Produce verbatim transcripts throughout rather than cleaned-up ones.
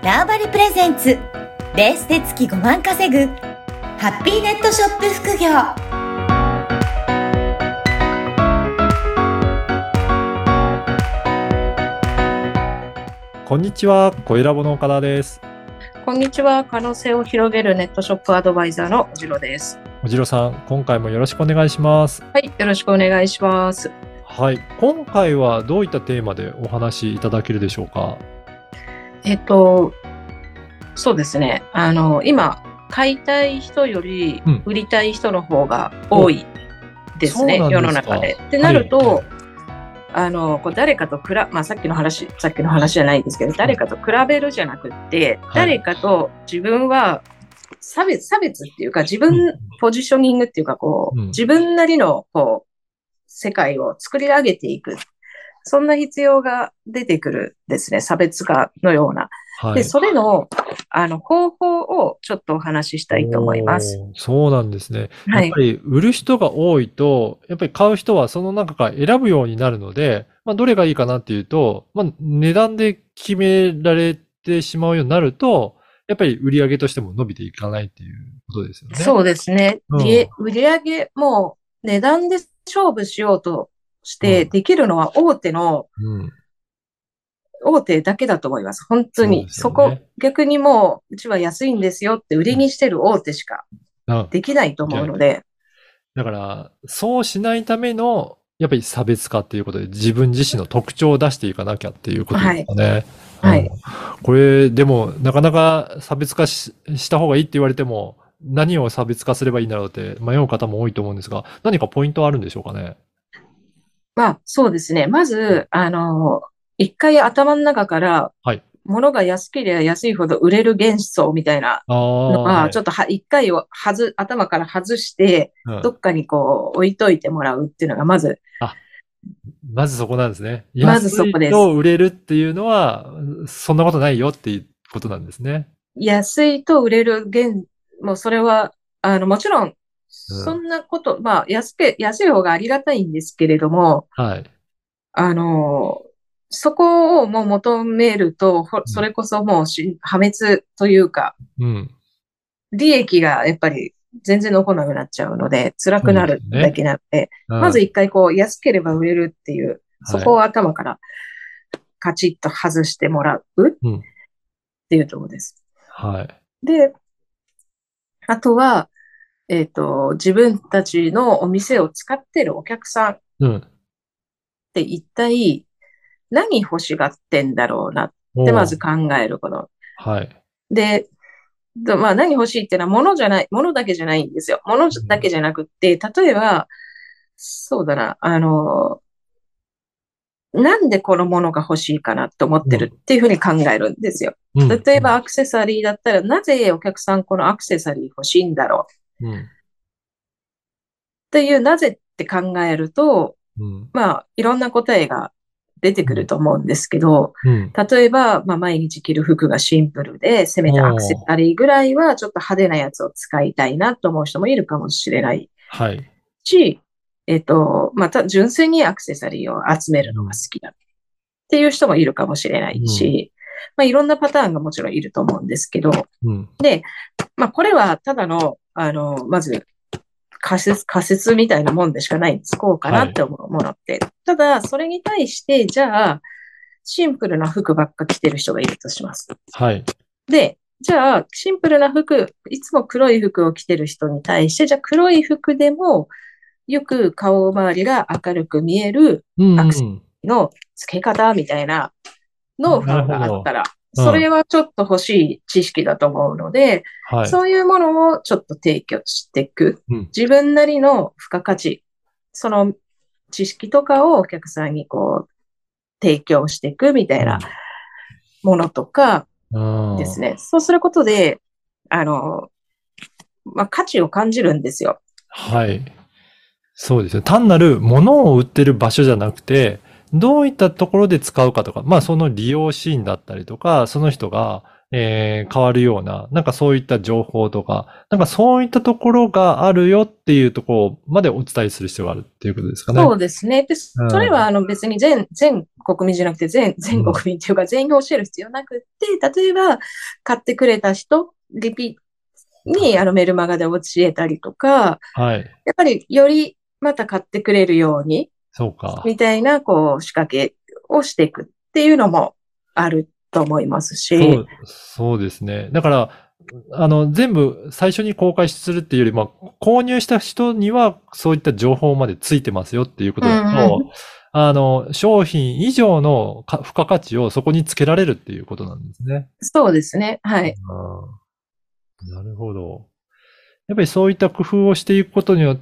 ターバリプレゼンツベースで月ごまん稼ぐハッピーネットショップ副業。 こんにちは、声ラボの岡田です。 こんにちは、可能性を広げるネットショップアドバイザーのおじろです。 おじろさん、今回もよろしくお願いします。 はい、よろしくお願いします。 はい、今回はどういったテーマでお話しいただけるでしょうか。 えっと、そうですね。あの、今、買いたい人より売りたい人の方が多いですね、うん、世の中で。ってなると、はい、あの、こう誰かと比べ、まあさっきの話、さっきの話じゃないですけど、誰かと比べるじゃなくって、はい、誰かと自分は差別、差別っていうか、自分、うん、ポジショニングっていうか、こう、うん、自分なりの、こう、世界を作り上げていく。そんな必要が出てくるですね。差別化のような。はい、で、それの、あの、方法をちょっとお話ししたいと思います。 そうなんですね。やっぱり、売る人が多いと、やっぱり買う人はその中から選ぶようになるので、まあ、どれがいいかなっていうと、まあ、値段で決められてしまうようになると、やっぱり売り上げとしても伸びていかないっていうことですよね。 そうですね。うん、売り上げも値段で勝負しようとしてできるのは大手の、うん、大手だけだと思います。本当に。 そ, ね、そこ、逆にもう、うちは安いんですよって売りにしてる大手しかできないと思うので。 だから、そうしないための、やっぱり差別化っていうことで、自分自身の特徴を出していかなきゃっていうことですかね。 はい。はい、 これ、でも、なかなか差別化 し, した方がいいって言われても、何を差別化すればいいんだろうって迷う方も多いと思うんですが、何かポイントはあるんでしょうかね。 まあ、そうですね。まず、あの、一回頭の中から、はい。物が安ければ安いほど売れる現象みたいなのは、ちょっとは一回をはず、頭から外して、うん、どっかにこう置いといてもらうっていうのがまず。 あ、まずそこなんですね。 まずそこです。 安いと売れるっていうのは、そんなことないよっていうことなんですね。 安いと売れる現、もうそれは、あの、もちろん、そんなこと、うん、まあ、安く、安い方がありがたいんですけれども、 はい。 あの、そこをもう求めると、それこそもうし破滅というか、うん、利益がやっぱり全然残らなくなっちゃうので、辛くなるだけなので、うん、まず一回こう安ければ売れるっていう、そこを頭からカチッと外してもらうっていうところです。 はい。 で、あとは、えっと、自分たちのお店を使っているお客さんって一体何欲しがってんだろうなってまず考えること。 はい。 で、まあ何欲しいっていうのは物じゃない、物だけじゃないんですよ。物だけじゃなくって、例えば、そうだな、あの、なんでこのものが欲しいかなと思ってるっていうふうに考えるんですよ。うん、例えばアクセサリーだったら、なぜお客さんこのアクセサリー欲しいんだろう、うん、っていうなぜって考えると、うん、まあいろんな答えが出てくると思うんですけど、うん、例えば、まあ、毎日着る服がシンプルで、せめてアクセサリーぐらいはちょっと派手なやつを使いたいなと思う人もいるかもしれないし、はい、えっと、また純粋にアクセサリーを集めるのが好きだっていう人もいるかもしれないし、うん、まあ、いろんなパターンがもちろんいると思うんですけど、うん、で、まあ、これはただの、あの、まず、仮説、仮説みたいなもんでしかないんです。こうかなって思うものって。はい、ただ、それに対して、じゃあ、シンプルな服ばっか着てる人がいるとします。 はい。 で、じゃあ、シンプルな服、いつも黒い服を着てる人に対して、じゃあ黒い服でも、よく顔周りが明るく見えるアクセサリーの付け方みたいなノウハウがあったら、それはちょっと欲しい知識だと思うので、はい、そういうものをちょっと提供していく。うん、自分なりの付加価値、その知識とかをお客さんにこう提供していくみたいなものとかですね。うん、そうすることで、あの、まあ、価値を感じるんですよ。 はい。そうですね。単なるものを売ってる場所じゃなくて、どういったところで使うかとか、まあその利用シーンだったりとか、その人がえー変わるような、なんかそういった情報とか、なんかそういったところがあるよっていうところまでお伝えする必要があるっていうことですかね。 そうですね。で、 うん。 それはあの別に全、全国民じゃなくて全、全国うん。 民っていうか全員が教える必要なくって、例えば買ってくれた人、リピにあのメルマガで教えたりとか、 はい。 やっぱりよりまた買ってくれるように、 そうか。 みたいなこう仕掛けをしていくっていうのもあると思いますし、 そう、そうですね。だから、あの、全部最初に公開するっていうより、まあ、購入した人にはそういった情報までついてますよっていうこうとだと、 んうん。 あの、商品以上のか付加価値をそこにつけられるっていうことなんですね。 そうですね。はい。 うん、なるほど。やっぱりそういった工夫をしていくことによって、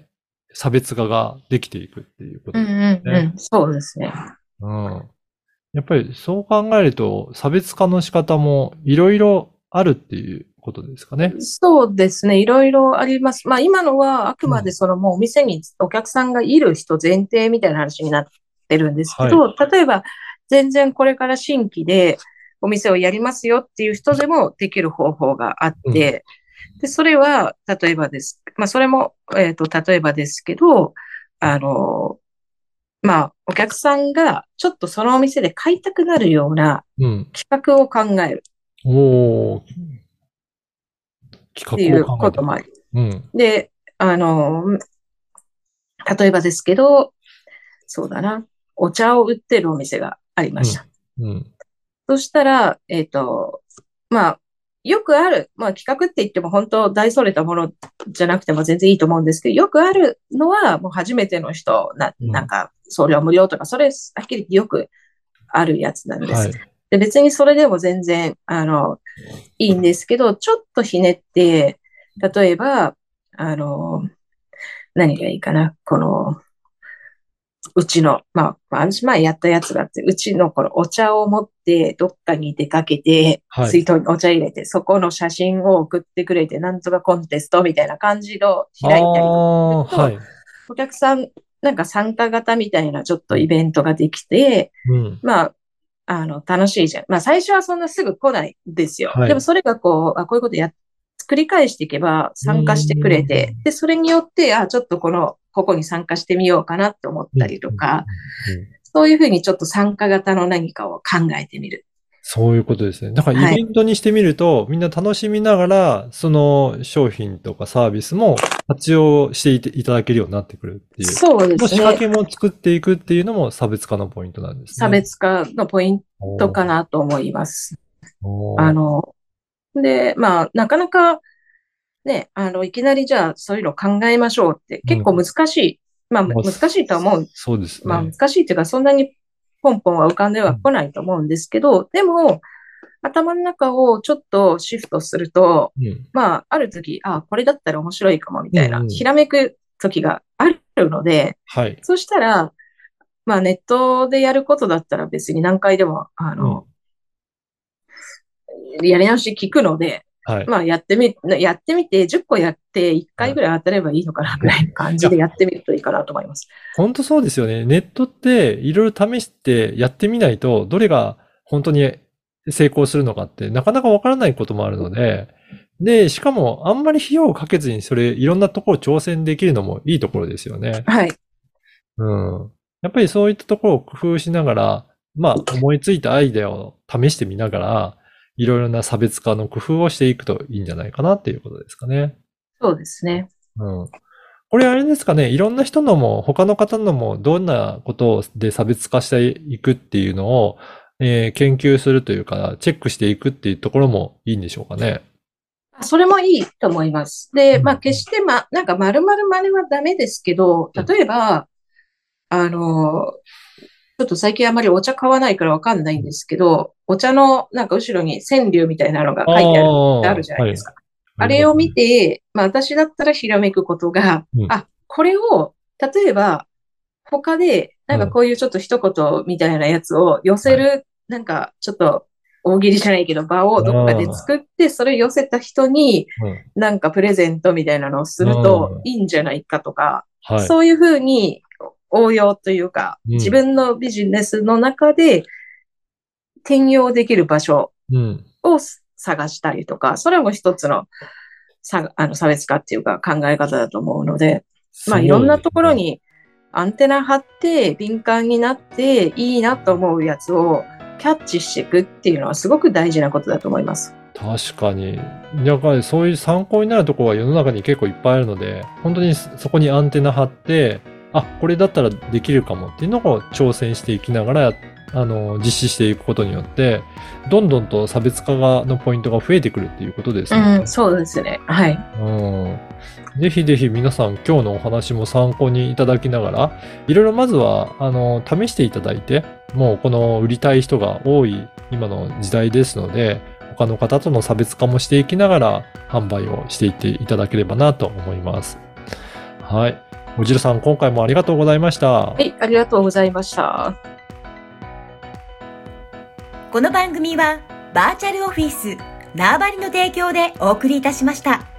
差別化ができていくっていうことうんですね。 うんうん。そうですね。 うん。やっぱりそう考えると、差別化の仕方もいろいろあるっていうことですかね。 そうですね。いろいろあります。まあ今のはあくまでうん。 そのもうお店にお客さんがいる人前提みたいな話になってるんですけはい。 ど、例えば全然これから新規でお店をやりますよっていう人でもできる方法があっうん。 て、で、それは例えばです。まあそれも、えっと、例えばですけど、あの、まあお客さんがちょっとそのお店で買いたくなるようなうん。 企画を考えるおー、企っていう画を考えていく。 こともあり。 うん。 で、あの、例えばですけど、そうだな。お茶を売ってるお店がありまうん。 した。 うん。 そしたら、えっと、まあ、よくある、まあ企画って言っても本当大それたものじゃなくても全然いいと思うんですけど、よくあるのはもう初めての人、な、 うん。 なんか送料無料とか、それ、はっきり言ってよくあるやつなんです。 はい。 で、別にそれでも全然、あの、いいんですけど、ちょっとひねって、例えば、あの、何がいいかな。この、うちの、まあ、私前やったやつがあって、うちのこのお茶を持ってどっかに出かけて、 はい。 水筒にお茶入れて、そこの写真を送ってくれて、なんとかコンテストみたいな感じのあ開いたりとかするあ、はと、 い。 お客さん、なんか参加型みたいなちょっとイうん。 ベントができて、 うん。 まあ、あの、楽しいじゃん。まあ、最初はそんなすぐ来ないんですよ。 はい。うでもそれがこう、あ、こういうことやっ繰り返していけばー参加してくれて、 ん。 で、それによって、あ、ちょっとこの、ここに参加してみようかなって思っうん。 たうん。 りとか、 うん。 そういうふうにちょっと参加型の何かを考えてみる。 そういうことですね。だからイはい。 ベントにしてみると、みんな楽しみながら、その商品とかサービスも活用していていただけるようになってくるっていう。 そうでもうすね。 仕掛けも作っていくっていうのも差別化のポイントなんです差ね。 別化のポイントおー、 かなと思います。あおー、 の、で、まあ、なかなかね、あの、いきなりじゃあそういうのを考えましょうって結構うん。 難しい。まあ、むまあ、 難しいとは思う。 そうですまあ、 ね。 難しいっていうか、そんなにポンポンは浮かんでうん。 は来ないと思うんですけど、でも、頭の中をちょっとシフトすると、 うん。 まあ、ある時、あ、これだったら面白いかもみうん。 たいな、 うん。 ひらめく時があるので、 はい。 そしたら、まあ、ネットでやることだったら別に何回でも、あうん。 の、やり直し聞くので、 はい。 まあ、やってみ、やってみて、じゅっこやっていっかいはい。 ぐらい当たればいいのかなぐらいの感いや、 じでやってみるといいかなと思います。 本当そうですよね。ネットっていろいろ試してやってみないと、どれが本当に成功するのかってなかなかわからないこともあるので、で、しかもあんまり費用をかけずにそれいろんなところ挑戦できるのもいいところですよね。 はい。 うん。やっぱりそういったところを工夫しながら、まあ思いついたアイデアを試してみながら、いろいろな差別化の工夫をしていくといいんじゃないかなっていうことですかね。 そうですね。 うん。これあれですかね、いろんな人のも、他の方のも、どんなことで差別化していくっていうのを、えー研究するというか、チェックしていくっていうところもいいんでしょうかね。 それもいいと思います。で、まあ、 うん、 決して、ま、なんか丸々真似はダメですけど、 うん。 例えば、あの、ちょっと最近あまりお茶買わないからわかんないんですけど、お茶のなんか後ろに川柳みたいなのがあ書いてある、ああ、 るじゃないはい。 ですか。 ああれを見りますね。 て、まあ私だったらひらめくことが、 うん、 あ、これを、例えば他で、なんかうん。 こういうちょっと一言みたいなやつを寄せはい。 る、なんかちょっと大喜利じゃないけど場をどっかであ作って、それ寄せた人にあ、うん、 なんかプレゼントみたいなのをすうるとん。 いいんじゃないかとか、 はい。 そういうふうに応用というか、 うん、 自分のビジネスの中で転用できる場所うん。 を探したりとか、それも一つの差、あの差別化っていうか考え方だと思うので、まあいろんなところにアンテナ張って敏感になっていいなと思うやつをキャッチしていくっていうのはすごく大事なことだと思います。 確かに。やっぱりそういう参考になるところは世の中に結構いっぱいあるので、本当にそこにアンテナ張って、あ、これだったらできるかもっていうのを挑戦していきながら、あの、実施していくことによって、どんどんと差別化がのポイントが増えてくるっていうことですね。 うん、そうですね。はい。 うん。ぜひぜひ皆さん今日のお話も参考にいただきながら、いろいろまずは、あの、試していただいて、もうこの売りたい人が多い今の時代ですので、他の方との差別化もしていきながら販売をしていっていただければなと思います。はい。おじるさん、今回もありがとうございました。 はい、ありがとうございました。 この番組はバーチャルオフィス縄張りの提供でお送りいたしました。